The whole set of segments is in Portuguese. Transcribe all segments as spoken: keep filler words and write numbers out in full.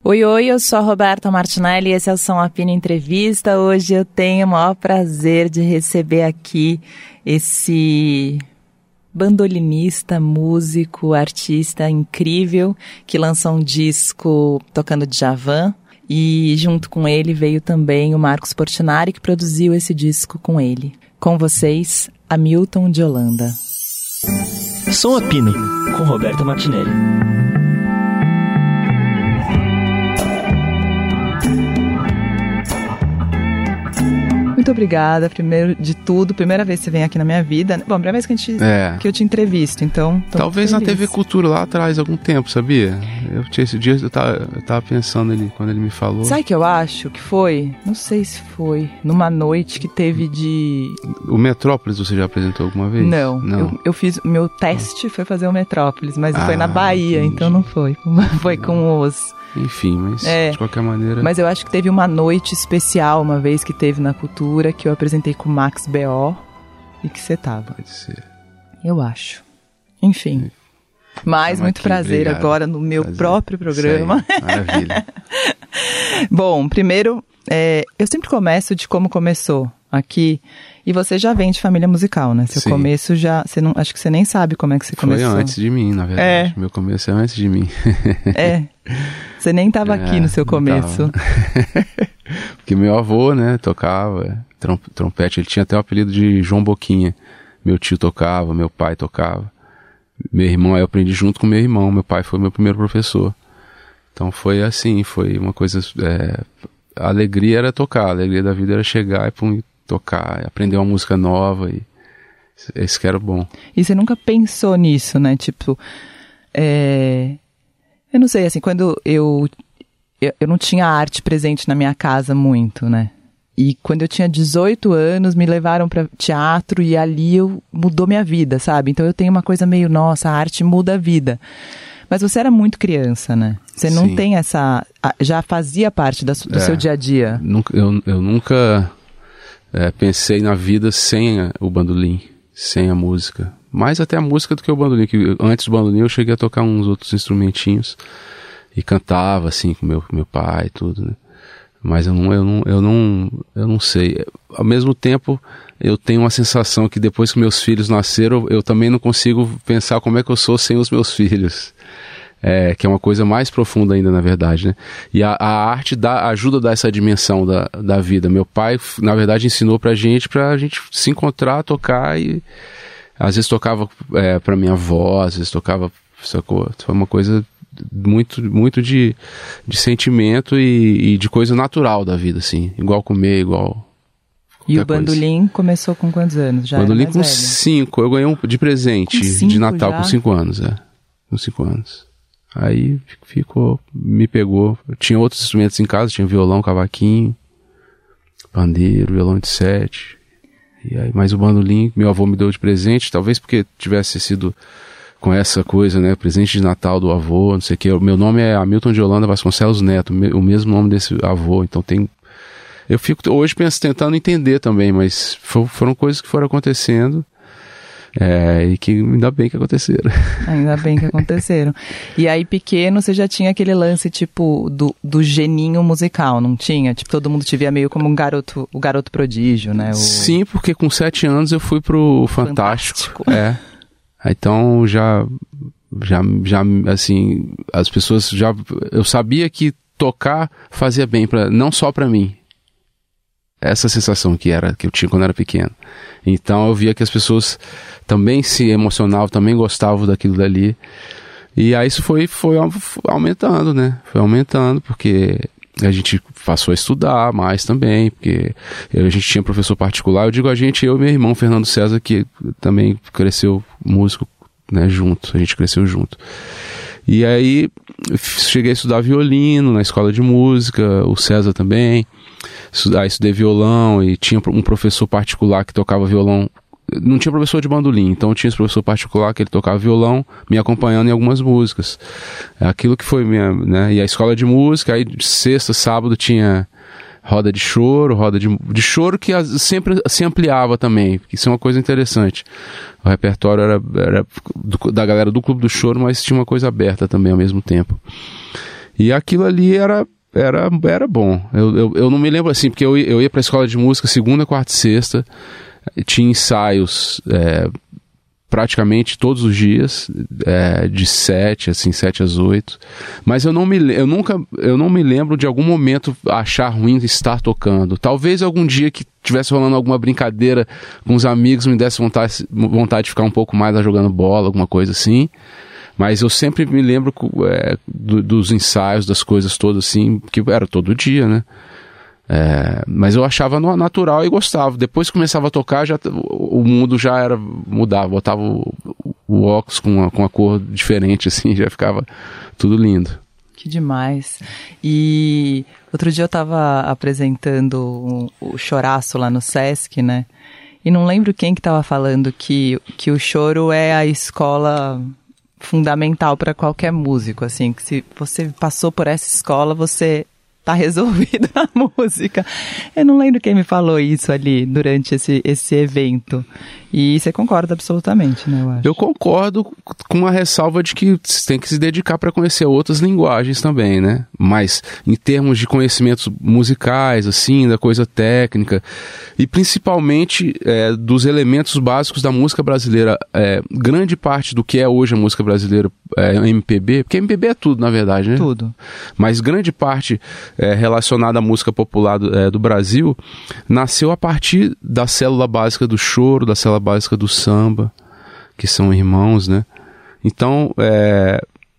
Oi, oi, eu sou a Roberta Martinelli e esse é o Som Apino Entrevista. Hoje eu tenho o maior prazer de receber aqui esse bandolinista, músico, artista incrível que lançou um disco tocando Djavan. E junto com ele veio também o Marcos Portinari, que produziu esse disco com ele. Com vocês, Hamilton de Holanda. Som Apino, com Roberta Martinelli. Muito obrigada, primeiro de tudo, primeira vez que você vem aqui na minha vida. Bom, primeira vez que, a gente, é. que eu te entrevisto, então... Talvez na T V Cultura lá atrás, algum tempo, sabia? Eu tinha esse dia, eu tava, eu tava pensando ali, quando ele me falou. Sabe o que eu acho que foi? Não sei se foi, numa noite que teve de... O Metrópolis você já apresentou alguma vez? Não, não. Eu, eu fiz, meu teste foi fazer o Metrópolis, mas ah, foi na Bahia, entendi. Então não foi. Foi com os... Enfim, mas é, de qualquer maneira... Mas eu acho que teve uma noite especial, uma vez que teve na Cultura, que eu apresentei com o Max B O e que você tava. Pode ser. Eu acho. Enfim. Mas muito aqui, prazer obrigado. Agora no meu prazer. Próprio programa. Aí, maravilha. Bom, primeiro, é, eu sempre começo de como começou aqui. E você já vem de família musical, né? Seu Sim. começo já... Você não, acho que você nem sabe como é que você Foi começou. Foi antes de mim, na verdade. É. Meu começo é antes de mim. É. Você nem estava é, aqui no seu começo. Porque meu avô, né, tocava trompete. Ele tinha até o apelido de João Boquinha. Meu tio tocava, meu pai tocava. Meu irmão, aí eu aprendi junto com meu irmão. Meu pai foi meu primeiro professor. Então foi assim, foi uma coisa... É, a alegria era tocar, a alegria da vida era chegar e pum, tocar, aprender uma música nova. E esse que era bom. E você nunca pensou nisso, né? Tipo... É... Eu não sei, assim, quando eu, eu... Eu não tinha arte presente na minha casa muito, né? E quando eu tinha dezoito anos, me levaram para teatro e ali eu, mudou minha vida, sabe? Então eu tenho uma coisa meio, nossa, a arte muda a vida. Mas você era muito criança, né? Você não Sim. tem essa... Já fazia parte da, do é, seu dia a dia. Nunca, eu, eu nunca é, pensei na vida sem a, o bandolim, sem a música. Mais até a música do que o bandolim. Que antes do bandolim eu cheguei a tocar uns outros instrumentinhos e cantava assim com meu, meu pai e tudo, né? Mas eu não, eu, não, eu, não, eu não sei. Ao mesmo tempo, eu tenho uma sensação que depois que meus filhos nasceram, eu também não consigo pensar como é que eu sou sem os meus filhos. É, que é uma coisa mais profunda ainda, na verdade, né? E a, a arte dá, ajuda a dar essa dimensão da, da vida. Meu pai, na verdade, ensinou pra gente, pra gente se encontrar, tocar e... Às vezes tocava é, pra minha avó, às vezes tocava, sacou? Foi uma coisa muito, muito de, de sentimento e, e de coisa natural da vida, assim. Igual comer, igual... E o bandolim coisa. Começou com quantos anos? Já bandolim era com mais velho. cinco. Eu ganhei um de presente de Natal já? Com cinco anos, é. Com cinco anos. Aí ficou, me pegou. Eu tinha outros instrumentos em casa, tinha violão, cavaquinho, pandeiro, violão de sete. E aí, mas o bandolim, meu avô me deu de presente, talvez porque tivesse sido com essa coisa, né, presente de Natal do avô, não sei o que. O meu nome é Hamilton de Holanda Vasconcelos Neto, o mesmo nome desse avô, então tem... Eu fico hoje penso, tentando entender também, mas for, foram coisas que foram acontecendo, é, e que ainda bem que aconteceram. Ainda bem que aconteceram. E aí, pequeno, você já tinha aquele lance, tipo, do, do geninho musical, não tinha? Tipo, todo mundo te via meio como um garoto, o garoto prodígio, né? O... Sim, porque com sete anos eu fui pro Fantástico. Fantástico. É. Então, já, já, já, assim, as pessoas já... Eu sabia que tocar fazia bem, pra, não só pra mim. Essa sensação que, era, que eu tinha quando era pequeno. Então eu via que as pessoas também se emocionavam, também gostavam daquilo dali. E aí isso foi, foi aumentando, né? Foi aumentando, porque a gente passou a estudar mais também, porque a gente tinha professor particular. Eu digo a gente, eu e meu irmão Fernando César, que também cresceu músico, né, junto. A gente cresceu junto. E aí cheguei a estudar violino na escola de música, o César também. Aí estudei violão e tinha um professor particular que tocava violão. Não tinha professor de bandolim, então tinha esse professor particular que ele tocava violão, me acompanhando em algumas músicas. Aquilo que foi minha, né? E a escola de música, aí sexta, sábado tinha roda de choro, roda de, de choro que sempre se ampliava também, isso é uma coisa interessante. O repertório era, era do, da galera do Clube do Choro, mas tinha uma coisa aberta também ao mesmo tempo. E aquilo ali era, era, era bom. Eu, eu, eu não me lembro assim, porque eu, eu ia pra escola de música segunda, quarta e sexta, tinha ensaios é, praticamente todos os dias, é, de sete, assim, sete às oito. Mas eu não me eu nunca, eu não me lembro de algum momento achar ruim estar tocando. Talvez algum dia que tivesse rolando alguma brincadeira com os amigos me desse vontade, vontade de ficar um pouco mais lá jogando bola, alguma coisa assim. Mas eu sempre me lembro é, do, dos ensaios, das coisas todas assim, que era todo dia, né? É, mas eu achava natural e gostava. Depois que começava a tocar, já, o mundo já era mudava, botava o, o óculos com uma, com uma cor diferente, assim, já ficava tudo lindo. Que demais. E outro dia eu estava apresentando o Choraço lá no Sesc, né? E não lembro quem que estava falando que, que o choro é a escola fundamental para qualquer músico, assim, que se você passou por essa escola, você tá resolvido na música. Eu não lembro quem me falou isso ali durante esse, esse evento. E você concorda absolutamente, né, eu acho? Eu concordo com a ressalva de que você tem que se dedicar para conhecer outras linguagens também, né? Mas em termos de conhecimentos musicais, assim, da coisa técnica, e principalmente é, dos elementos básicos da música brasileira, é, grande parte do que é hoje a música brasileira é M P B, porque M P B é tudo, na verdade, né? Tudo. Mas grande parte é, relacionada à música popular do, é, do Brasil nasceu a partir da célula básica do choro, da célula básica do samba, que são irmãos, né? Então, é,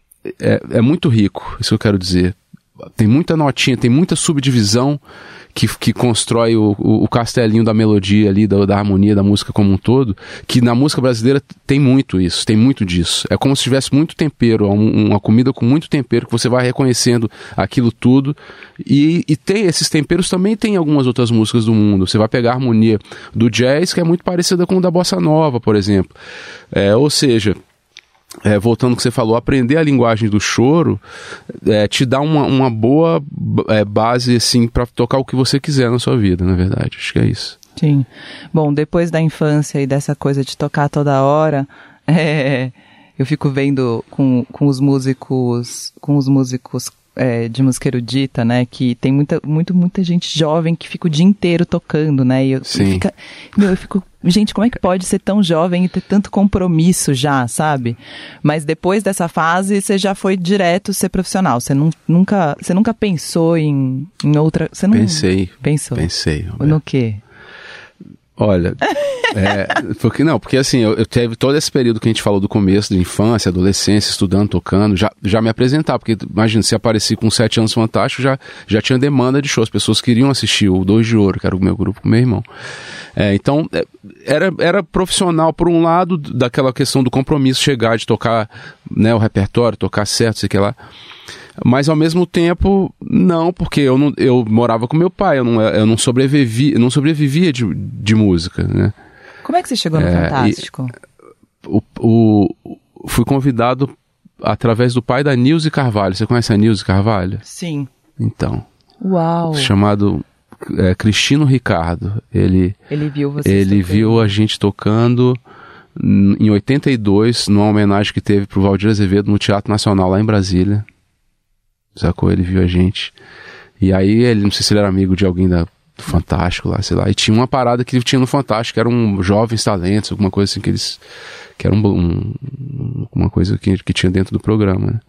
é, é muito rico, isso que eu quero dizer. Tem muita notinha, tem muita subdivisão que, que constrói o, o, o castelinho da melodia ali, da, da harmonia da música como um todo, que na música brasileira tem muito isso, tem muito disso. É como se tivesse muito tempero, um, uma comida com muito tempero, que você vai reconhecendo aquilo tudo, e, e tem esses temperos também tem em algumas outras músicas do mundo. Você vai pegar a harmonia do jazz, que é muito parecida com o da bossa nova, por exemplo. É, ou seja... É, voltando ao que você falou, aprender a linguagem do choro é, te dá uma, uma boa é, base assim, para tocar o que você quiser na sua vida, na verdade. Acho que é isso. Sim. Bom, depois da infância e dessa coisa de tocar toda hora, é, eu fico vendo com, com os músicos, com os músicos é, de música erudita, né, que tem muita, muito, muita gente jovem que fica o dia inteiro tocando, né, e eu, Sim. eu, fica, meu, eu fico, gente, como é que pode ser tão jovem e ter tanto compromisso já, sabe? Mas depois dessa fase, você já foi direto ser profissional, você não, nunca, você nunca pensou em, em outra... Você não Pensei. Pensou? Pensei. Roberto. No quê? Olha, é, porque não, porque assim, eu, eu teve todo esse período que a gente falou do começo, de infância, adolescência, estudando, tocando, já, já me apresentar, porque imagina, se apareci com sete anos fantástico, já, já tinha demanda de show, as pessoas queriam assistir o Dois de Ouro, que era o meu grupo com meu irmão. É, então, é, era, era profissional, por um lado, daquela questão do compromisso, chegar, de tocar, né, o repertório, tocar certo, sei que lá. Mas ao mesmo tempo, não, porque eu, não, eu morava com meu pai, eu não, eu não, sobrevivi, eu não sobrevivia de, de música, né? Como é que você chegou no é, Fantástico? E, o, o, fui convidado através do pai da Nilce Carvalho. Você conhece a Nilce Carvalho? Sim. Então. Uau! Chamado é, Cristino Ricardo. Ele, ele viu você Ele tocando. viu a gente tocando em oitenta e dois, numa homenagem que teve pro Valdir Azevedo no Teatro Nacional, lá em Brasília. Sacou? Ele viu a gente. E aí, ele, não sei se ele era amigo de alguém da, do Fantástico lá, sei lá. E tinha uma parada que tinha no Fantástico, que eram jovens talentos, alguma coisa assim que eles... Que era um, um, uma coisa que, que tinha dentro do programa, né?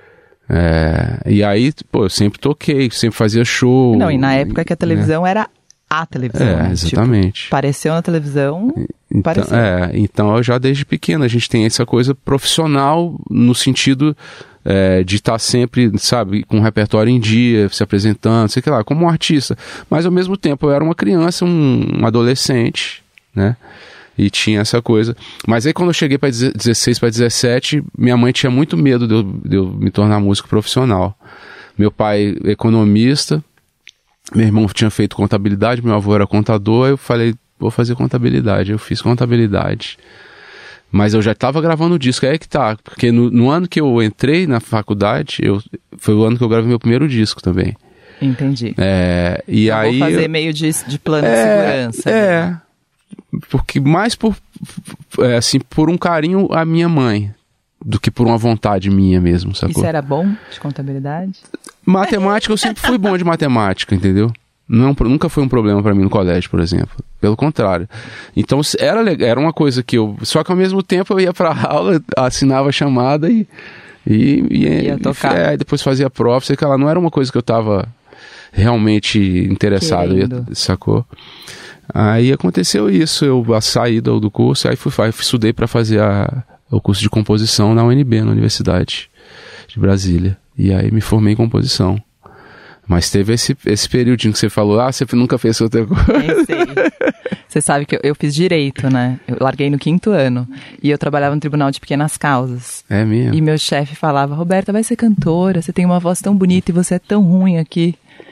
É, e aí, pô, eu sempre toquei, sempre fazia show. Não, e na época que a televisão né? era a televisão. É, exatamente. Tipo, apareceu na televisão, então, apareceu. É, então eu já desde pequeno, a gente tem essa coisa profissional no sentido... É, de estar sempre, sabe, com o repertório em dia, se apresentando, sei lá, como um artista. Mas ao mesmo tempo eu era uma criança, um, um adolescente, né? E tinha essa coisa. Mas aí quando eu cheguei para dezesseis para dezessete, minha mãe tinha muito medo de eu, de eu me tornar músico profissional. Meu pai economista, meu irmão tinha feito contabilidade, meu avô era contador, eu falei, vou fazer contabilidade. Eu fiz contabilidade. Mas eu já estava gravando disco, é aí que tá, porque no, no ano que eu entrei na faculdade, eu, foi o ano que eu gravei meu primeiro disco também. Entendi. É, e eu aí, vou fazer eu, meio de, de plano é, de segurança. É, né? Porque mais por, é, assim, por um carinho à minha mãe, do que por uma vontade minha mesmo, sacou? Isso era bom de contabilidade? Matemática, eu sempre fui bom de matemática, entendeu? Não, nunca foi um problema pra mim no colégio, por exemplo. Pelo contrário. Então, era, era uma coisa que eu... Só que ao mesmo tempo eu ia pra aula, assinava a chamada e... E, e, ia tocar. E, é, depois fazia prova, sei que ela não era uma coisa que eu tava realmente interessado, ia, sacou? Aí aconteceu isso, eu saí do, do curso, aí fui, fui estudei pra fazer a, o curso de composição na U N B, na Universidade de Brasília. E aí me formei em composição. Mas teve esse, esse período que você falou, ah, você nunca fez outra coisa. Sei. Você sabe que eu, eu fiz direito, né? Eu larguei no quinto ano. E eu trabalhava no Tribunal de Pequenas Causas. É mesmo? E meu chefe falava, Roberta, vai ser cantora, você tem uma voz tão bonita e você é tão ruim aqui.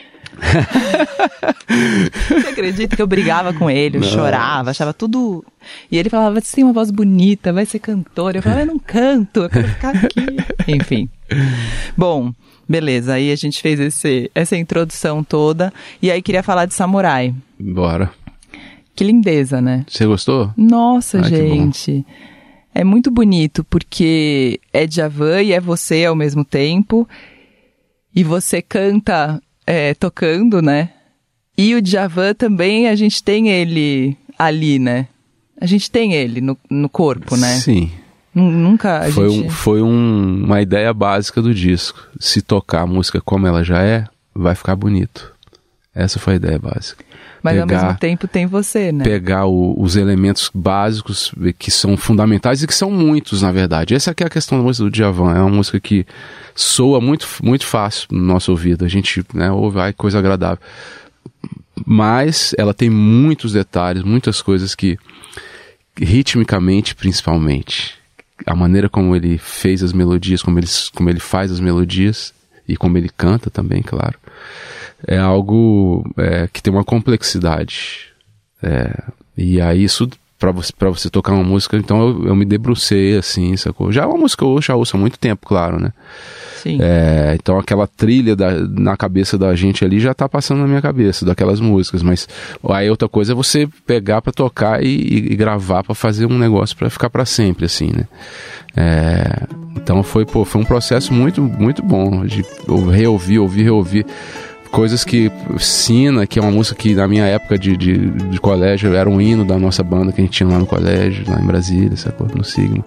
Você acredita que eu brigava com ele, eu Nossa. chorava, achava tudo... E ele falava, você tem uma voz bonita, vai ser cantora. Eu falava, eu não canto, eu quero ficar aqui. Enfim. Bom... Beleza, aí a gente fez esse, essa introdução toda. E aí queria falar de Samurai. Bora. Que lindeza, né? Você gostou? Nossa, Ai, gente. É muito bonito, porque é Djavan e é você ao mesmo tempo. E você canta é, tocando, né? E o Djavan também, a gente tem ele ali, né? A gente tem ele no, no corpo, né? Sim. Nunca a foi gente... um, foi um, uma ideia básica do disco. Se tocar a música como ela já é, vai ficar bonito. Essa foi a ideia básica. Mas pegar, ao mesmo tempo tem você, né? Pegar o, os elementos básicos que são fundamentais e que são muitos, na verdade. Essa aqui é a questão da música do Djavan. É uma música que soa muito, muito fácil no nosso ouvido. A gente, né, ouve, ai, coisa agradável. Mas ela tem muitos detalhes, muitas coisas que, ritmicamente, principalmente... A maneira como ele fez as melodias, como ele, como ele faz as melodias e como ele canta também, claro, é algo é, que tem uma complexidade. É, e aí isso, pra você, pra você tocar uma música, então eu, eu me debrucei assim, sacou? Já é uma música que eu já ouço há muito tempo, claro, né? Sim. É, então aquela trilha da, na cabeça da gente ali já tá passando na minha cabeça, daquelas músicas, mas aí outra coisa é você pegar pra tocar e, e, e gravar pra fazer um negócio pra ficar pra sempre, assim, né? É, então foi, pô, foi um processo muito, muito bom de reouvir, ouvir, reouvir coisas que Sina, que é uma música que na minha época de, de, de colégio era um hino da nossa banda que a gente tinha lá no colégio, lá em Brasília, sacou? No Sigma.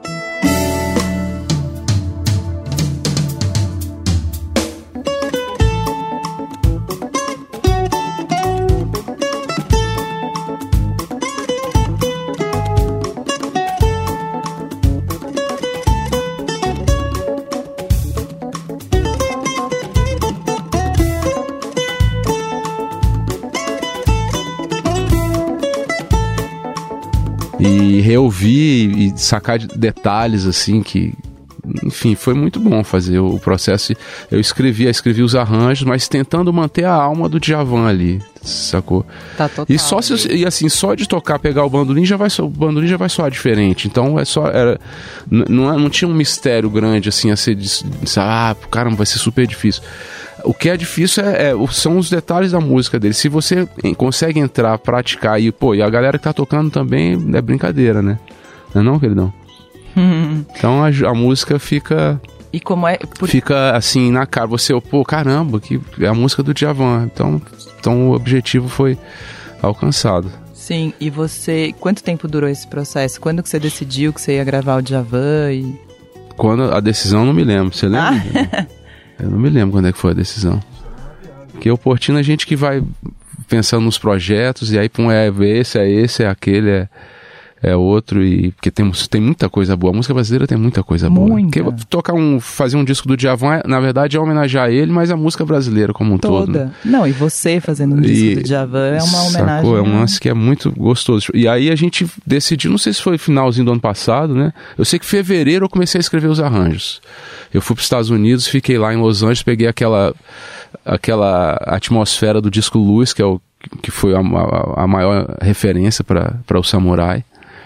E reouvir e sacar detalhes assim que, enfim, foi muito bom fazer o processo. Eu escrevi, eu escrevi os arranjos, mas tentando manter a alma do Djavan ali, sacou? Tá total. E só se, e assim, só de tocar, pegar o bandolim já vai, o bandolim já vai soar diferente. Então é só, era, não, não tinha um mistério grande assim a ser, ah, caramba, vai ser super difícil. O que é difícil é, é, são os detalhes da música dele. Se você consegue entrar, praticar e, pô, e a galera que tá tocando também é brincadeira, né? Não é não, queridão? Então a, a música fica... E como é... Por... Fica assim na cara. Você, pô, caramba, que é a música do Djavan. Então, então o objetivo foi alcançado. Sim, e você... Quanto tempo durou esse processo? Quando que você decidiu que você ia gravar o Djavan e... Quando a decisão, não me lembro. Você lembra? Ah. Eu não me lembro quando é que foi a decisão. Porque o Portino é gente que vai pensando nos projetos e aí pum, é esse, é esse, é aquele, é, é outro. E porque tem, tem muita coisa boa. A música brasileira tem muita coisa boa. Muita. Porque tocar um, fazer um disco do Djavan, na verdade, é homenagear ele, mas a música brasileira como um Toda. todo. Né? Não, e você fazendo um disco e, do Djavan é uma homenagem. Sacou? É um lance que é muito gostoso. E aí a gente decidiu, não sei se foi finalzinho do ano passado, né? Eu sei que em fevereiro eu comecei a escrever os arranjos. Eu fui para os Estados Unidos, fiquei lá em Los Angeles, peguei aquela, aquela atmosfera do disco Luz, que, é o, que foi a, a, a maior referência para o Samurai,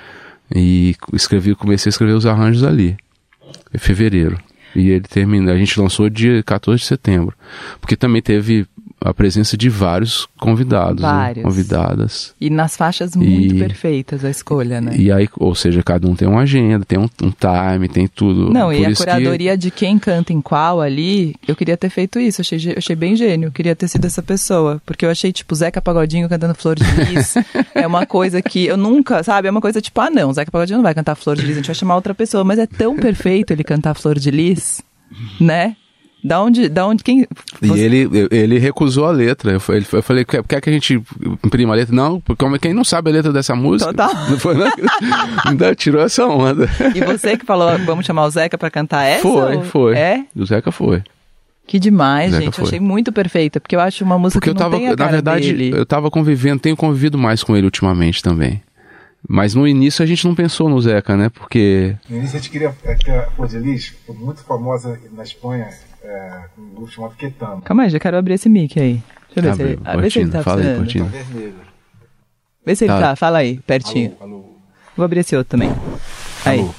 e escrevi, comecei a escrever os arranjos ali, em fevereiro. E ele termina, a gente lançou dia quatorze de setembro, porque também teve a presença de vários convidados, vários. Né? Convidadas. E nas faixas muito e, perfeitas a escolha, né? E aí, ou seja, cada um tem uma agenda, tem um, um time, tem tudo. Não, Por e a isso curadoria que... de quem canta em qual ali, eu queria ter feito isso, eu achei, eu achei bem gênio, eu queria ter sido essa pessoa, porque eu achei, tipo, Zeca Pagodinho cantando Flor de Lis, é uma coisa que eu nunca, sabe, é uma coisa tipo, ah não, Zeca Pagodinho não vai cantar Flor de Lis, a gente vai chamar outra pessoa, mas é tão perfeito ele cantar Flor de Lis, né? Da onde, da onde, quem... Você... E ele, ele recusou a letra. Eu falei, eu falei, quer, quer que a gente imprima a letra? Não, porque quem não sabe a letra dessa música... Total. Não foi, não? Ainda tirou essa onda. E você que falou, vamos chamar o Zeca pra cantar essa? Foi, ou... foi. É? O Zeca foi. Que demais, Zeca gente. Foi. Eu achei muito perfeita, porque eu acho uma música porque que não eu tava, tem a cara na verdade, dele. eu tava convivendo, tenho convivido mais com ele ultimamente também. Mas no início a gente não pensou no Zeca, né? Porque... No início a gente queria... que a Flor de Lis foi muito famosa na Espanha... É, um grupo chamado Ketama. Calma aí, já quero abrir esse mic aí. Deixa eu ver Abre, se ele, ah, vê se ele tá fala aí, funcionando. Tá vermelho. Vê se ele Tá. tá, fala aí, pertinho. Alô, alô. Vou abrir esse outro também. Aí. Alô.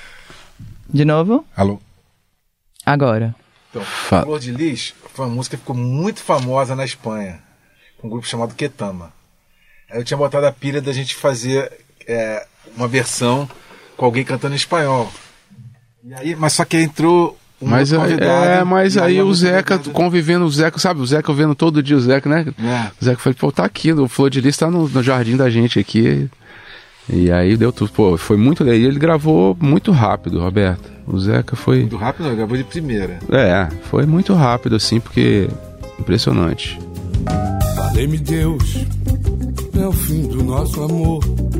De novo? Alô. Agora. Então, Fala. Flor de Lis foi uma música que ficou muito famosa na Espanha, com um grupo chamado Ketama. Aí eu tinha botado a pilha da gente fazer é, uma versão com alguém cantando em espanhol. E aí, mas só que entrou um Mas, outro aí- convidado. é, mas e aí a o música Zeca, do- convivendo, o Zeca, sabe, o Zeca vendo todo dia o Zeca, né? É. O Zeca falou, pô, tá aqui, o Flor de Lis tá no, no jardim da gente aqui. E aí deu tudo, pô, foi muito legal. E ele gravou muito rápido, Roberto. O Zeca foi... Muito rápido, não, gravou de primeira. É, foi muito rápido, assim, porque... Impressionante. Falei-me Deus, é o fim do nosso amor.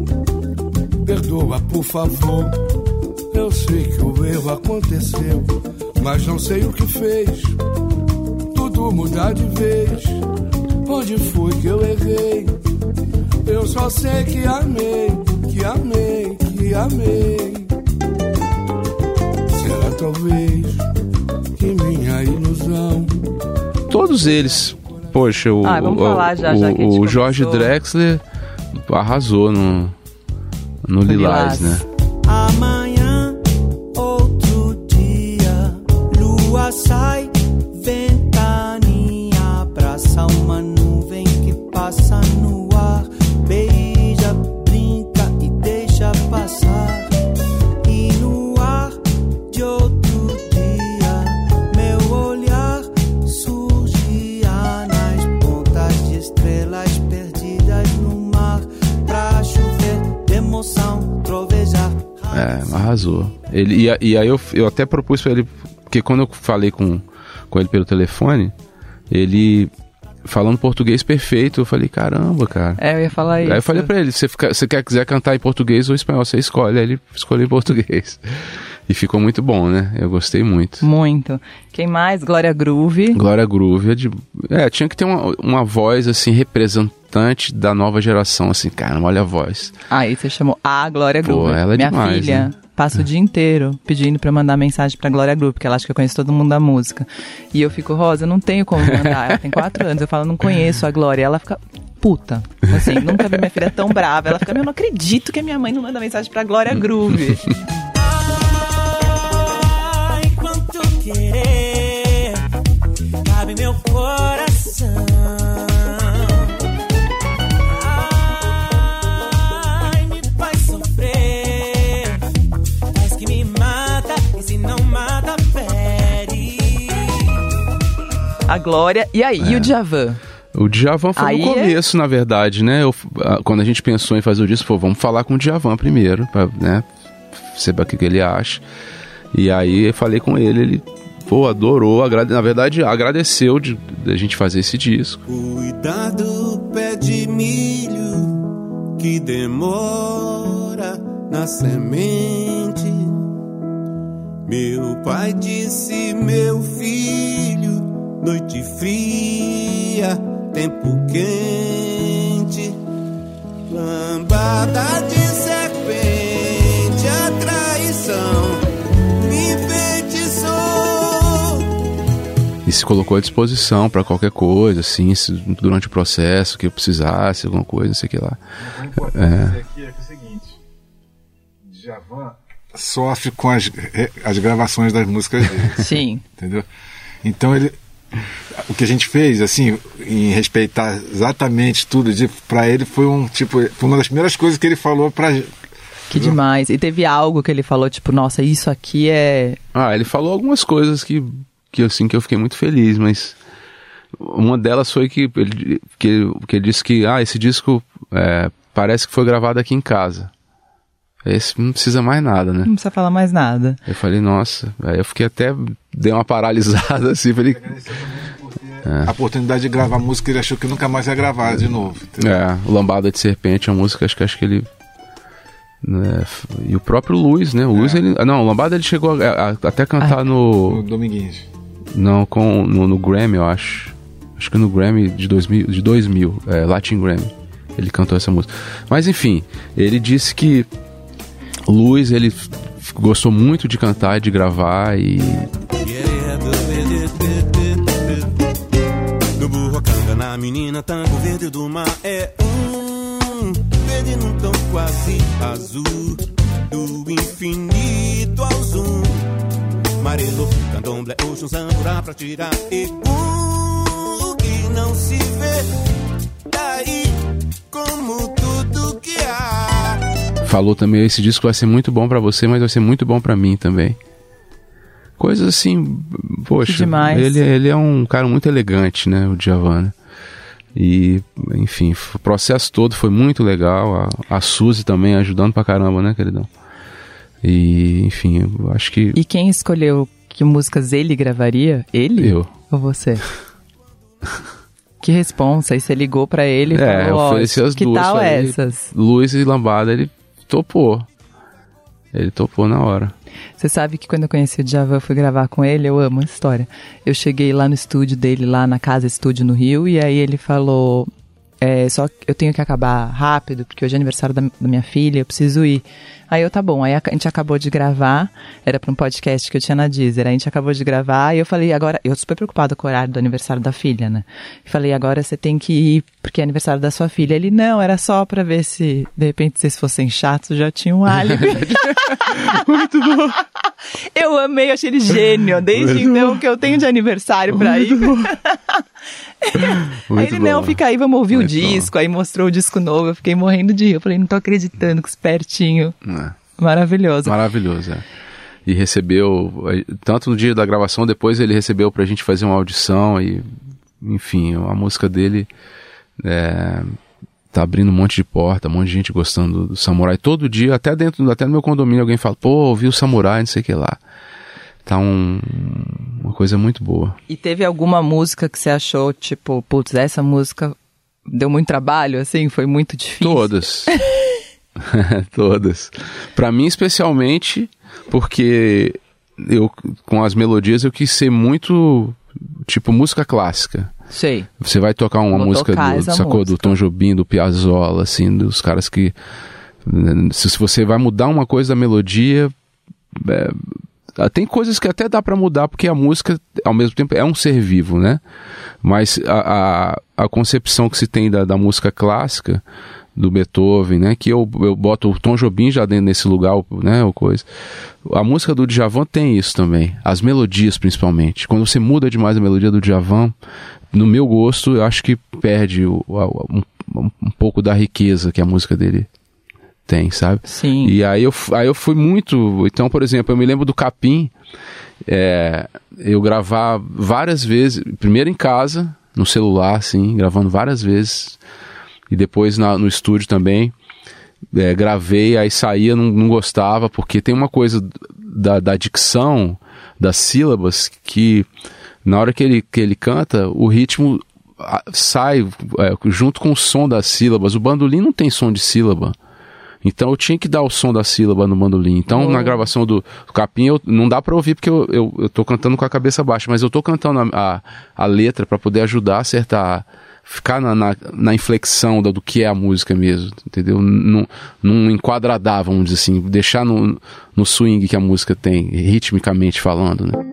Perdoa, por favor. Eu sei que o erro aconteceu, mas não sei o que fez tudo mudar de vez. Onde foi que eu errei? Eu só sei que amei, que amei, que amei. Será talvez que minha ilusão? Todos eles. Poxa, o, Ah, vamos o, falar já, o, já que a gente o Jorge começou. Drexler arrasou no, no Lilás, Lilás. né? Amanhã, outro dia, lua sai, ventania, abraça uma nuvem que passa no ar, beija, brinca e deixa passar. E no ar de outro dia, meu olhar surgia nas pontas de estrelas perdidas no mar, pra chover de emoção, trovejar. É, arrasou. Ele, e, a- e aí eu, eu até propus pra ele, porque quando eu falei com, com ele pelo telefone, ele falando português perfeito, eu falei, caramba, cara. É, eu ia falar isso. Aí eu falei pra ele, você, fica, você quer quiser cantar em português ou espanhol, você escolhe. Aí ele escolheu em português. E ficou muito bom, né? Eu gostei muito. Muito. Quem mais? Glória Groove. Glória Groove é de... É, tinha que ter uma, uma voz, assim, representante da nova geração, assim, caramba, olha a voz. Aí você chamou a Glória Pô, Groove. ela é Minha demais, filha né? passa o dia inteiro pedindo pra mandar mensagem pra Glória Groove, porque ela acha que eu conheço todo mundo da música. E eu fico, Rosa, eu não tenho como mandar. Ela tem quatro anos. Eu falo, não conheço a Glória. E ela fica puta. Assim, nunca vi minha filha tão brava. Ela fica, meu, eu não acredito que a minha mãe não manda mensagem pra Glória Groove. Ai, quanto querer cabe meu coração. Ai, me faz sofrer, faz que me mata, e se não mata, fere. A Glória. E aí, e o Djavan? O Djavan foi Aí no é- começo, na verdade, né? Eu, a- quando a gente pensou em fazer o disco, pô, vamos falar com o Djavan primeiro, pra, né? Saber o que, que ele acha. E aí eu falei com ele, ele, pô, adorou, agrade... na verdade agradeceu de, de a gente fazer esse disco. Cuidado, pé de milho que demora na semente. Meu pai disse, meu filho, noite fria, tempo quente, lambada de serpente, a traição me enfeitiçou. E se colocou à disposição pra qualquer coisa, assim, se, durante o processo, que eu precisasse, alguma coisa, não sei o que lá. O importante É. dizer aqui é, que é o seguinte: Djavan sofre com as, as gravações das músicas dele, Sim. entendeu? Então ele, o que a gente fez, assim, em respeitar exatamente tudo, para ele foi um tipo, foi uma das primeiras coisas que ele falou pra Que demais. E teve algo que ele falou, tipo, nossa, isso aqui é... Ah, ele falou algumas coisas que, que, assim, que eu fiquei muito feliz, mas uma delas foi que ele, que, que ele disse que, ah, esse disco é, parece que foi gravado aqui em casa. Esse não precisa mais nada, né? Não precisa falar mais nada. Eu falei, nossa, aí eu fiquei até, dei uma paralisada, assim, falei... É. A oportunidade de gravar música, ele achou que nunca mais ia gravar de novo. Entendeu? É, o Lambada de Serpente, a música, acho que, acho que ele... É, e o próprio Luiz, né? O é. Luiz, ele... Não, o Lambada, ele chegou a, a, até cantar ah, no... No Dominguinhos. Não, com, no, no Grammy, eu acho. Acho que no Grammy de dois mil, de dois mil é, Latin Grammy. Ele cantou essa música. Mas, enfim, ele disse que o Luiz, ele gostou muito de cantar e de gravar e... No burrocanga, na menina, tango verde do mar é um verde num tom quase azul, do infinito ao zoom. Marelo, candomblé, oxum, zambura pra tirar e o que não se vê daí como tudo que há. Falou também, esse disco vai ser muito bom pra você, mas vai ser muito bom pra mim também. Coisas assim, poxa, ele, ele é um cara muito elegante, né, o Djavan. E, enfim, o processo todo foi muito legal. A, a Suzy também ajudando pra caramba, né, queridão? E, enfim, eu acho que... E quem escolheu que músicas ele gravaria? Ele? Eu. Ou você? Que responsa, aí você ligou pra ele e é, falou, ofereci as que duas, tal falei, essas? Luiz e Lambada, ele topou. Ele topou na hora. Você sabe que quando eu conheci o Djavan, eu fui gravar com ele, eu amo essa história. Eu cheguei lá no estúdio dele, lá na Casa Estúdio no Rio, e aí ele falou, é, só que eu tenho que acabar rápido, porque hoje é aniversário da, da minha filha, eu preciso ir. Aí eu, tá bom, aí a, a gente acabou de gravar, era pra um podcast que eu tinha na Deezer, aí a gente acabou de gravar, e eu falei, agora, eu super preocupada com o horário do aniversário da filha, né? E falei, agora você tem que ir, porque é aniversário da sua filha. Ele, não, era só pra ver se, de repente, vocês fossem chatos, já tinha um álibi. Muito bom. Eu amei, achei ele gênio, desde Muito então bom. Que eu tenho de aniversário pra Muito ir. Aí ele, bom. Não, fica aí, vamos ouvir Muito o disco, bom. Aí mostrou o disco novo, eu fiquei morrendo de rir, eu falei, não tô acreditando, que espertinho. É. Maravilhoso. Maravilhoso, é. E recebeu, tanto no dia da gravação, depois ele recebeu pra gente fazer uma audição e, enfim, a música dele é, tá abrindo um monte de porta, um monte de gente gostando do, do Samurai. Todo dia, até dentro, até no meu condomínio, alguém fala, pô, ouvi o Samurai, não sei o que lá. Tá um, uma coisa muito boa. E teve alguma música que você achou, tipo, putz, essa música deu muito trabalho, assim, foi muito difícil? Todas. Todas. Pra mim, especialmente, porque eu, com as melodias, eu quis ser muito, tipo, música clássica. Sei. Você vai tocar uma Vou música tocar do, sacou, música. do Tom Jobim, do Piazzolla, assim, dos caras que... Se, se você vai mudar uma coisa da melodia... É, tem coisas que até dá pra mudar, porque a música, ao mesmo tempo, é um ser vivo, né? Mas a, a, a concepção que se tem da, da música clássica, do Beethoven, né? Que eu, eu boto o Tom Jobim já dentro desse lugar, né? Ou coisa. A música do Djavan tem isso também. As melodias, principalmente. Quando você muda demais a melodia do Djavan, no meu gosto, eu acho que perde o, um, um pouco da riqueza que a música dele tem, sabe? Sim. E aí eu, aí eu fui muito... Então, por exemplo, eu me lembro do Capim, é, eu gravar várias vezes, primeiro em casa, no celular, assim, gravando várias vezes, e depois na, no estúdio também, é, gravei, aí saía, não, não gostava, porque tem uma coisa da, da dicção, das sílabas, que na hora que ele, que ele canta, o ritmo sai é, junto com o som das sílabas. O bandolim não tem som de sílaba. Então eu tinha que dar o som da sílaba no bandolim. Então oh. na gravação do, do Capim eu, não dá pra ouvir porque eu, eu, eu tô cantando com a cabeça baixa, mas eu tô cantando a, a, a letra pra poder ajudar a acertar, ficar na, na, na inflexão do, do que é a música mesmo, entendeu? Não, não enquadradar, vamos dizer assim, deixar no, no swing que a música tem, ritmicamente falando, né?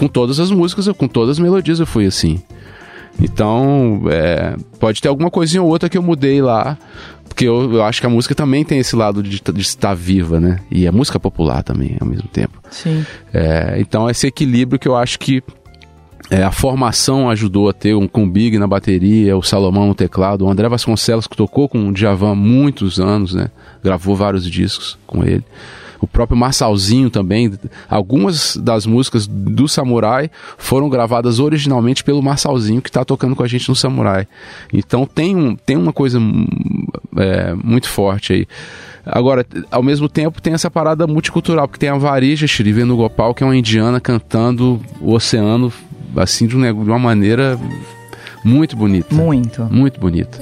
todas as músicas, eu, com todas as melodias eu fui assim. Então, é, pode ter alguma coisinha ou outra que eu mudei lá, porque eu, eu acho que a música também tem esse lado de, de estar viva, né? E a música popular também, ao mesmo tempo. Sim. É, então, esse equilíbrio que eu acho que é, a formação ajudou a ter, um com o Big na bateria, o Salomão no teclado, o André Vasconcelos, que tocou com o Djavan há muitos anos, né? Gravou vários discos com ele. O próprio Marçalzinho também. Algumas das músicas do Samurai foram gravadas originalmente pelo Marçalzinho, que está tocando com a gente no Samurai. Então tem, um, tem uma coisa é, muito forte aí. Agora, ao mesmo tempo, tem essa parada multicultural, porque tem a Varija Shri Venugopal, que é uma indiana cantando o oceano, assim, de uma maneira muito bonita. Muito. Muito bonita.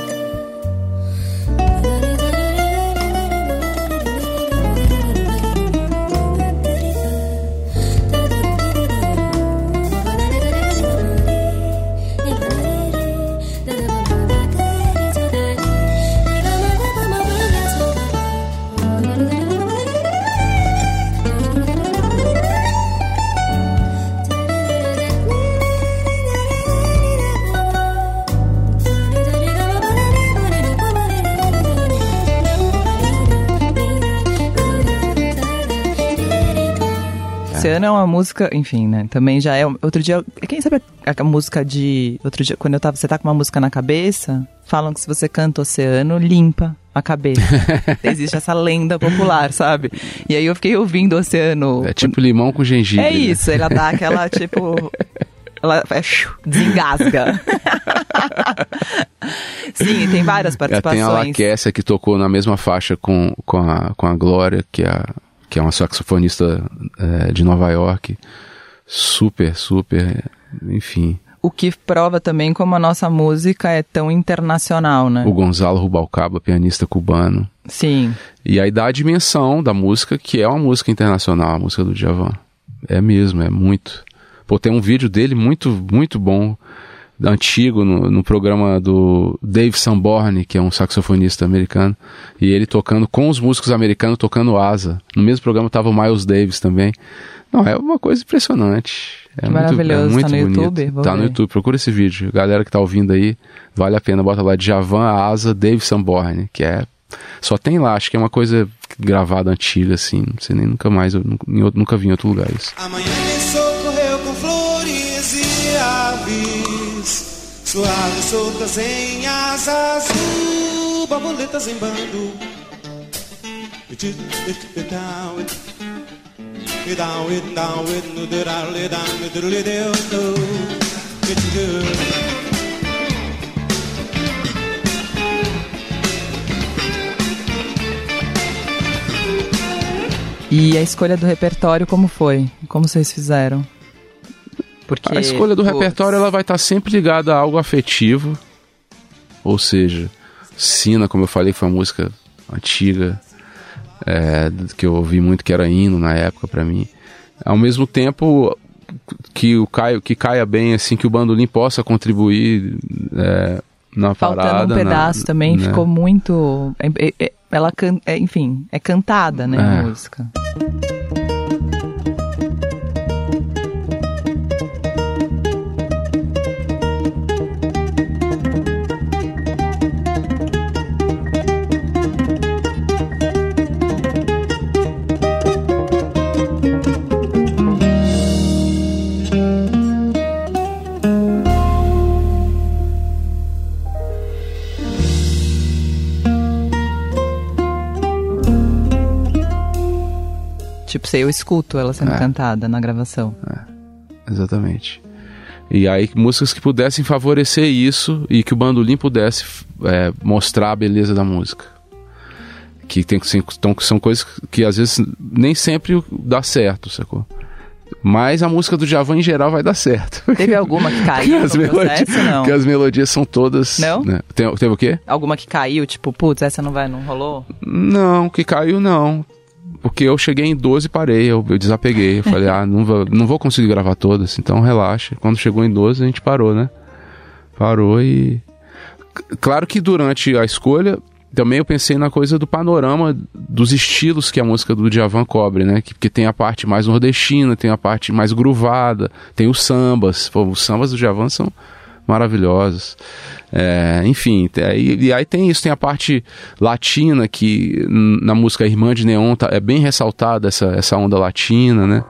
Oceano é uma música, enfim, né? Também já é. Outro dia, quem sabe a, a música de. Outro dia, quando eu tava, você tá com uma música na cabeça, falam que se você canta Oceano, limpa a cabeça. Existe essa lenda popular, sabe? E aí eu fiquei ouvindo Oceano. É tipo limão com gengibre. É isso, né? Ela dá aquela, tipo. Ela é, desengasga. Sim, tem várias participações. Tem a Laquessa que tocou na mesma faixa com, com, a, com a Glória, que é a. que é uma saxofonista é, de Nova York, super, super, enfim. O que prova também como a nossa música é tão internacional, né? O Gonzalo Rubalcaba, pianista cubano. Sim. E aí dá a dimensão da música, que é uma música internacional, a música do Djavan. É mesmo, é muito. Pô, tem um vídeo dele muito, muito bom, antigo, no, no programa do Dave Sanborn, que é um saxofonista americano, e ele tocando com os músicos americanos, tocando asa. No mesmo programa estava o Miles Davis também. Não, é uma coisa impressionante. É maravilhoso. Muito, é muito tá no bonito. YouTube? Vou tá ver. no YouTube, procura esse vídeo. Galera que tá ouvindo aí, vale a pena, bota lá Djavan, asa, Dave Sanborn, que é... Só tem lá, acho que é uma coisa gravada antiga, assim, não sei nem nunca mais, eu nunca vi em outro lugar isso. Amanhã me socorreu com flores e aves, suaves soltas em asas azul, borboletas em bando. E a escolha do repertório, como foi? Como vocês fizeram? Porque, a escolha do pô, repertório ela vai estar sempre ligada a algo afetivo, ou seja, Sina, como eu falei, foi uma música antiga, é, que eu ouvi muito, que era hino na época pra mim. Ao mesmo tempo que, o caia, que caia bem, assim, que o bandolim possa contribuir é, na faltando parada. Faltando um pedaço na, também, né? Ficou muito... É, é, ela, can, é, enfim, é cantada, né, é. a música. Tipo, eu escuto ela sendo é. cantada na gravação. É, exatamente. E aí, músicas que pudessem favorecer isso e que o bandolim pudesse é, mostrar a beleza da música. Que, tem, então, são coisas que às vezes nem sempre dá certo, sacou? Mas a música do Djavan em geral vai dar certo. Teve alguma que caiu no melodias, processo, não? Porque as melodias são todas... Não? Né? Tem, teve o quê? Alguma que caiu, tipo, putz, essa não vai, não rolou? Não, que caiu não. Porque eu cheguei em doze e parei, eu, eu desapeguei. Eu falei, ah, não vou, não vou conseguir gravar todas, então relaxa. Quando chegou em doze, a gente parou, né? Parou e... Claro que durante a escolha, também eu pensei na coisa do panorama dos estilos que a música do Djavan cobre, né? Que, que tem a parte mais nordestina, tem a parte mais groovada, tem os sambas. Pô, os sambas do Djavan são maravilhosos. É, enfim, e, e aí tem isso, tem a parte latina que na música Irmã de Neon tá, é bem ressaltada essa, essa onda latina, né?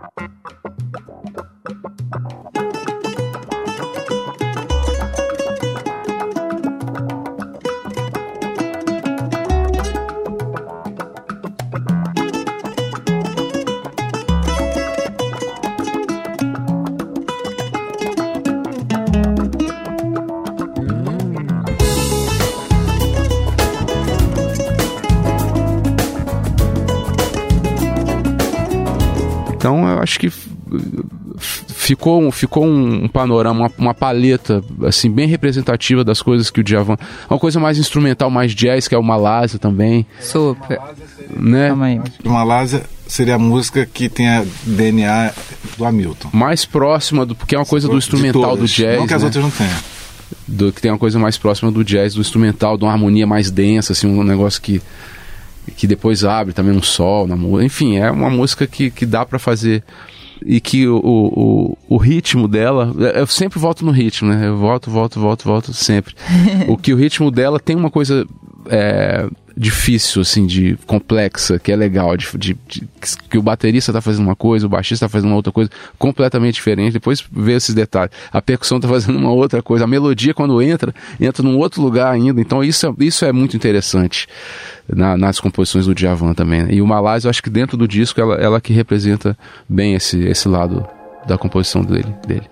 Então eu acho que ficou, ficou um, um panorama, uma, uma paleta assim, bem representativa das coisas que o Djavan... Uma coisa mais instrumental, mais jazz, que é o Malásia também. Super. Né? Calma aí. O Malásia seria a música que tem a D N A do Hamilton. Mais próxima, do, porque é uma coisa do instrumental do jazz. Não que as né? outras não tenham. Do, que tem uma coisa mais próxima do jazz, do instrumental, de uma harmonia mais densa, assim, um negócio que... que depois abre também um sol na música. Enfim, é uma música que, que dá pra fazer e que o, o, o ritmo dela, eu sempre volto no ritmo, né? Eu volto, volto, volto, volto sempre. O que o ritmo dela tem uma coisa é, difícil, assim, de complexa, que é legal, de, de, de, que o baterista tá fazendo uma coisa, o baixista tá fazendo uma outra coisa completamente diferente, depois vê esses detalhes. A percussão tá fazendo uma outra coisa, a melodia quando entra, entra num outro lugar ainda, então isso é, isso é muito interessante na, nas composições do Djavan também, né? E o Malásia, eu acho que dentro do disco, ela, ela que representa bem esse, esse lado da composição dele, dele.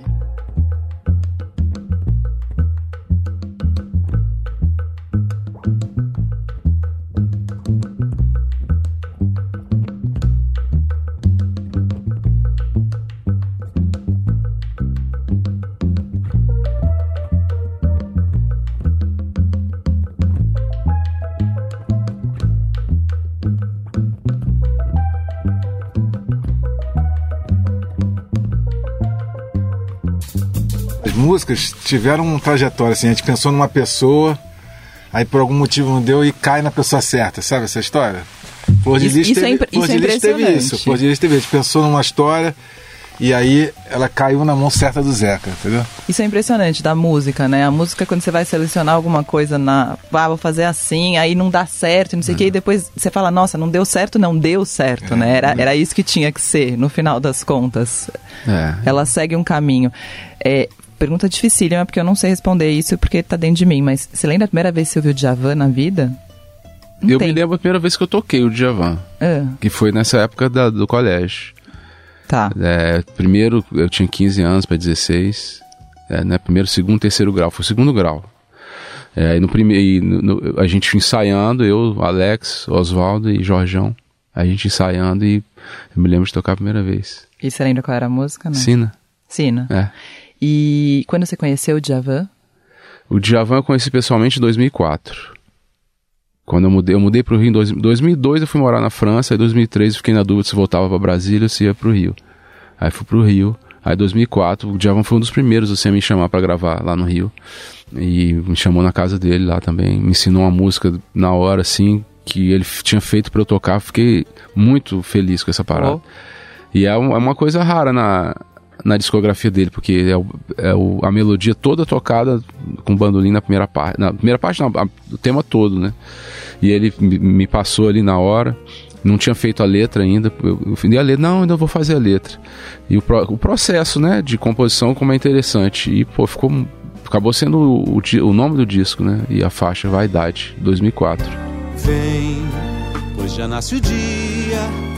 Músicas tiveram uma trajetória, assim, a gente pensou numa pessoa, aí por algum motivo não deu e cai na pessoa certa, sabe essa história? Flor de Lis teve, é, Flor de Lis teve isso, Flor de Lis teve, a gente pensou numa história e aí ela caiu na mão certa do Zeca, entendeu? Isso é impressionante da música, né? A música, quando você vai selecionar alguma coisa na... Ah, vou fazer assim, aí não dá certo, não sei o é. que, e depois você fala, nossa, não deu certo, não deu certo, é. né? Era, era isso que tinha que ser, no final das contas. É. Ela segue um caminho. É... Pergunta dificílima, porque eu não sei responder isso, porque tá dentro de mim, mas você lembra a primeira vez que você ouviu o Djavan na vida? Não eu tem. me lembro a primeira vez que eu toquei o Djavan, é. que foi nessa época da, do colégio. Tá. É, primeiro, eu tinha quinze anos para dezesseis, é, né, primeiro, segundo, terceiro grau, foi o segundo grau. É, e no primeiro, no, no, a gente ensaiando, eu, Alex, Oswaldo e Jorjão, a gente ensaiando e eu me lembro de tocar a primeira vez. E você lembra qual era a música, né? Sina. Sina. É. E quando você conheceu o Djavan? O Djavan eu conheci pessoalmente em dois mil e quatro. Quando eu mudei, eu mudei pro Rio em dois, dois mil e dois, eu fui morar na França, aí em dois mil e três eu fiquei na dúvida se voltava para Brasília ou se ia pro Rio. Aí fui pro Rio, aí em dois mil e quatro, o Djavan foi um dos primeiros assim, a me chamar para gravar lá no Rio. E me chamou na casa dele lá também, me ensinou uma música na hora assim, que ele tinha feito para eu tocar, fiquei muito feliz com essa parada. Oh. E é, um, é uma coisa rara na... na discografia dele, porque é, o, é o, a melodia toda tocada com bandolim na primeira parte, na primeira parte não, a, o tema todo, né? E ele me, me passou ali na hora, não tinha feito a letra ainda, eu, eu fiz a letra, não, ainda vou fazer a letra. E o, pro, o processo, né, de composição como é interessante, e pô, ficou, acabou sendo o, o, o nome do disco, né, e a faixa Vaidade, dois mil e quatro. Vem, pois já nasce o dia,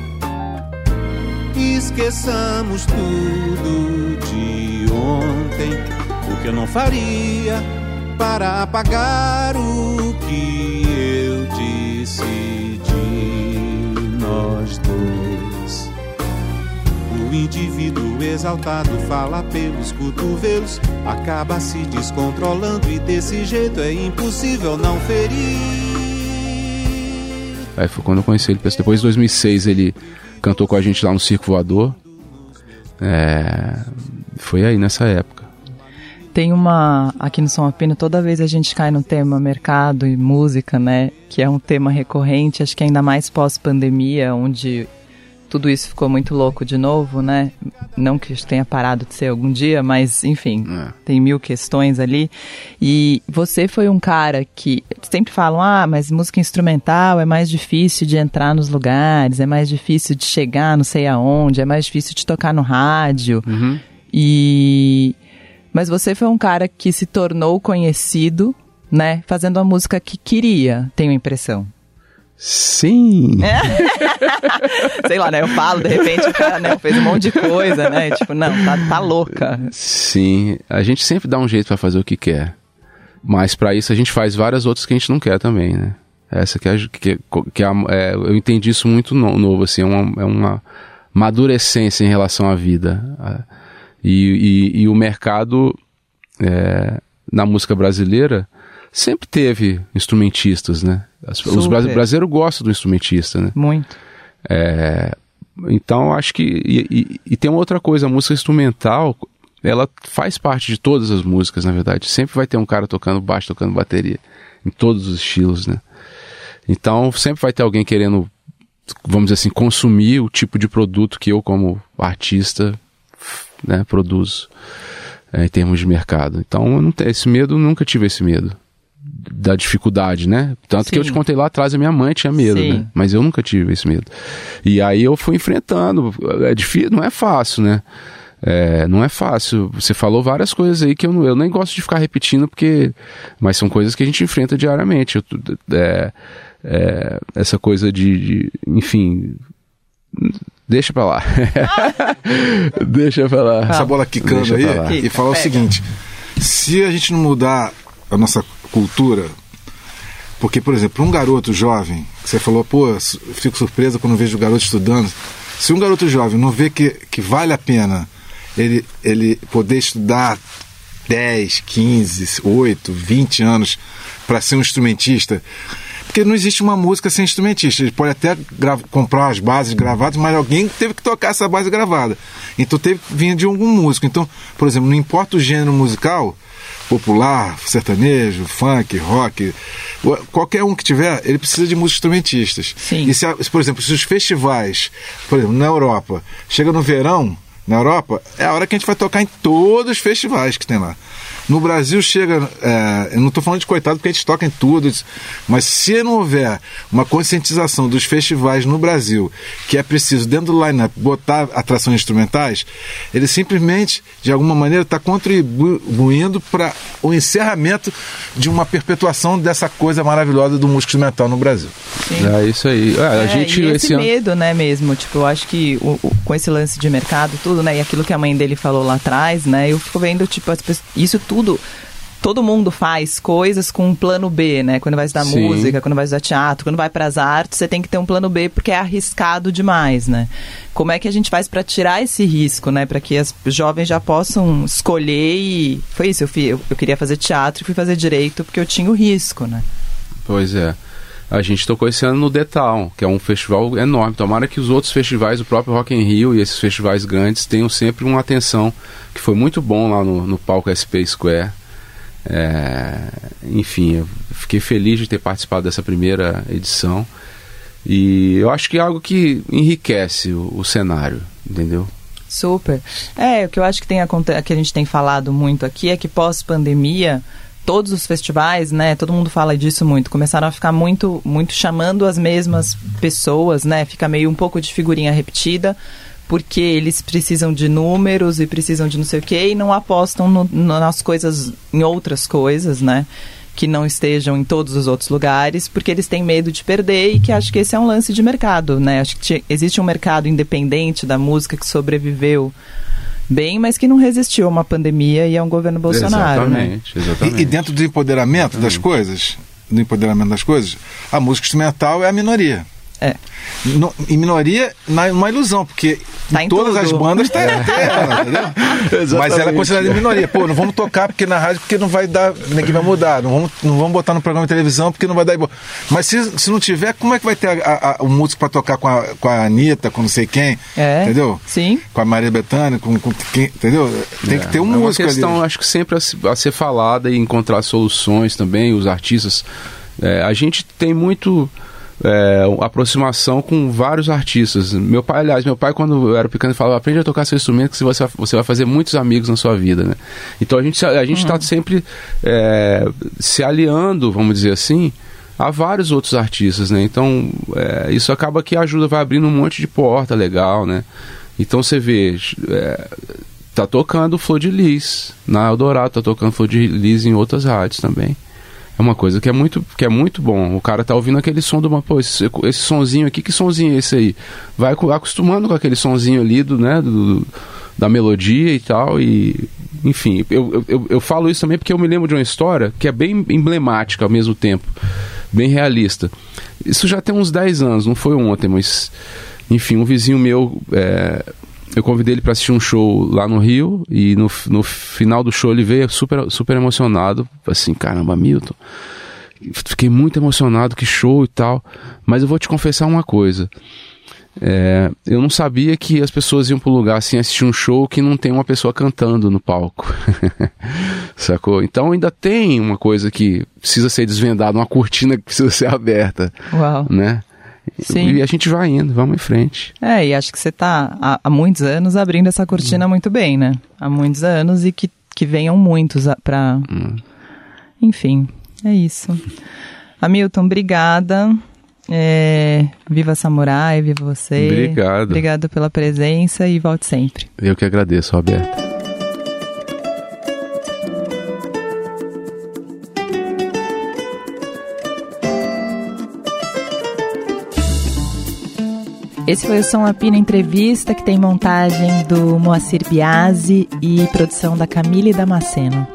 esqueçamos tudo de ontem, o que eu não faria para apagar o que eu disse de nós dois. O indivíduo exaltado fala pelos cotovelos, acaba se descontrolando e desse jeito é impossível não ferir. Aí foi quando eu conheci ele, depois de dois mil e seis ele cantou com a gente lá no Circo Voador. É, foi aí nessa época. Tem uma, aqui no Som a Pino, toda vez a gente cai no tema mercado e música, né? Que é um tema recorrente, acho que ainda mais pós-pandemia, onde tudo isso ficou muito louco de novo, né? Não que isso tenha parado de ser algum dia, mas, enfim, é. Tem mil questões ali. E você foi um cara que sempre falam, ah, mas música instrumental é mais difícil de entrar nos lugares, é mais difícil de chegar não sei aonde, é mais difícil de tocar no rádio. Uhum. E... Mas você foi um cara que se tornou conhecido, né? Fazendo a música que queria, tenho a impressão. Sim! É? Sei lá, né? Eu falo, de repente o cara, né, fez um monte de coisa, né? Tipo, não, tá, tá louca. Sim, a gente sempre dá um jeito pra fazer o que quer. Mas pra isso a gente faz várias outras que a gente não quer também, né? Essa que é, que, que é, é eu entendi isso muito no, novo, assim, é uma, é uma madurecência em relação à vida. E, e, e o mercado é, na música brasileira sempre teve instrumentistas, né? As, os brasileiros gostam do instrumentista, né? Muito. É, então, acho que... E, e, e tem uma outra coisa, a música instrumental, ela faz parte de todas as músicas, na verdade. Sempre vai ter um cara tocando baixo, tocando bateria, em todos os estilos, né? Então, sempre vai ter alguém querendo, vamos dizer assim, consumir o tipo de produto que eu, como artista... Né, produzo é, em termos de mercado. Então, eu não tenho esse medo, nunca tive esse medo da dificuldade, né? Tanto Sim. que eu te contei lá atrás, a minha mãe tinha medo, Sim. né? Mas eu nunca tive esse medo. E aí eu fui enfrentando. É difícil, não é fácil, né? É, não é fácil. Você falou várias coisas aí que eu, não, eu nem gosto de ficar repetindo, porque... Mas são coisas que a gente enfrenta diariamente. Eu, é, é, essa coisa de, de... Enfim... Deixa pra lá. Deixa pra lá. Essa bola quicando aí e falar o seguinte: se a gente não mudar a nossa cultura, porque, por exemplo, um garoto jovem, que você falou, pô, eu fico surpresa quando vejo o garoto estudando. Se um garoto jovem não vê que, que vale a pena ele, ele poder estudar dez, quinze, oito, vinte anos para ser um instrumentista. Porque não existe uma música sem instrumentista. Ele pode até gra- comprar as bases gravadas, mas alguém teve que tocar essa base gravada. Então teve que vir de algum músico. Então, por exemplo, não importa o gênero musical, popular, sertanejo, funk, rock, qualquer um que tiver, ele precisa de músicos instrumentistas. Sim. E se, por exemplo, se os festivais, por exemplo, na Europa, chega no verão, na Europa, é a hora que a gente vai tocar em todos os festivais que tem lá. No Brasil chega, é, eu não estou falando de coitado porque a gente toca em tudo, mas se não houver uma conscientização dos festivais no Brasil, que é preciso dentro do line-up botar atrações instrumentais, ele simplesmente, de alguma maneira, está contribuindo para o encerramento de uma perpetuação dessa coisa maravilhosa do músico instrumental no Brasil. Sim. É isso aí. É, a é, gente, e esse, esse medo, ano... né, mesmo, tipo, eu acho que o, o, com esse lance de mercado, tudo, né, e aquilo que a mãe dele falou lá atrás, né, eu fico vendo, tipo, as pessoas, isso tudo Tudo, todo mundo faz coisas com um plano B, né? Quando vai estudar Sim. música, quando vai estudar teatro, quando vai para as artes, você tem que ter um plano B porque é arriscado demais, né? Como é que a gente faz para tirar esse risco, né? Para que as jovens já possam escolher e... Foi isso, eu, fui, eu, eu queria fazer teatro e fui fazer direito porque eu tinha o risco, né? Pois é. A gente tocou esse ano no The Town, que é um festival enorme. Tomara que os outros festivais, o próprio Rock in Rio e esses festivais grandes, tenham sempre uma atenção, que foi muito bom lá no, no palco S P Square. É, enfim, eu fiquei feliz de ter participado dessa primeira edição. E eu acho que é algo que enriquece o, o cenário, entendeu? Super. É, o que eu acho que, tem, que a gente tem falado muito aqui é que pós-pandemia... Todos os festivais, né, todo mundo fala disso muito, começaram a ficar muito, muito chamando as mesmas pessoas, né, fica meio um pouco de figurinha repetida, porque eles precisam de números e precisam de não sei o quê e não apostam no, no, nas coisas, em outras coisas, né, que não estejam em todos os outros lugares, porque eles têm medo de perder e que acho que esse é um lance de mercado, né, acho que t- existe um mercado independente da música que sobreviveu bem, mas que não resistiu a uma pandemia e a um governo Bolsonaro, exatamente, né? Exatamente. E, e dentro do empoderamento das coisas, do empoderamento das coisas, a música instrumental é a minoria. É. No, em minoria, na, uma ilusão, porque tá em em todas tudo. as bandas tá, é. tem, entendeu? Mas ela é considerada em minoria. Pô, não vamos tocar porque na rádio, porque não vai dar, ninguém vai mudar. Não vamos, não vamos botar no programa de televisão porque não vai dar. Mas se, se não tiver, como é que vai ter a, a, a, o músico pra tocar com a, com a Anitta, com não sei quem? É. Entendeu? Sim. Com a Maria Bethânia, com, com quem, entendeu? Tem é. que ter um é músico ali. É uma questão, acho que sempre a, a ser falada e encontrar soluções também, os artistas. É, a gente tem muito é, aproximação com vários artistas. Meu pai, aliás, meu pai quando eu era pequeno falava, aprende a tocar seu instrumento que você, você vai fazer muitos amigos na sua vida, né? Então a gente a gente está uhum. sempre é, se aliando, vamos dizer assim, a vários outros artistas, né? Então é, isso acaba que ajuda, vai abrindo um monte de porta legal, né? Então você vê, é, tá tocando Flor de Lis na Eldorado, tá tocando Flor de Lis em outras rádios também. É uma coisa que é muito, que é muito bom. O cara tá ouvindo aquele som do... Pô, esse, esse sonzinho aqui, que sonzinho é esse aí? Vai acostumando com aquele sonzinho ali, do, né, do, da melodia e tal. E, enfim, eu, eu, eu falo isso também porque eu me lembro de uma história que é bem emblemática ao mesmo tempo. Bem realista. Isso já tem uns dez anos, não foi ontem, mas... Enfim, um vizinho meu... É, eu convidei ele para assistir um show lá no Rio e no, no final do show ele veio super, super emocionado, assim, caramba, Milton, fiquei muito emocionado, que show e tal, mas eu vou te confessar uma coisa, é, eu não sabia que as pessoas iam pro lugar assim assistir um show que não tem uma pessoa cantando no palco, sacou? Então ainda tem uma coisa que precisa ser desvendada, uma cortina que precisa ser aberta. Uau. Né? Sim. E a gente vai indo, vamos em frente. É, e acho que você está há, há muitos anos abrindo essa cortina hum. muito bem, né? Há muitos anos e que, que venham muitos para... Hum. Enfim, é isso. Hamilton, obrigada. É, viva Samurai, viva você. Obrigado. Obrigado pela presença e volte sempre. Eu que agradeço, Roberta. Esse foi o Som Apino Entrevista, que tem montagem do Moacir Biasi e produção da Camille Damasceno.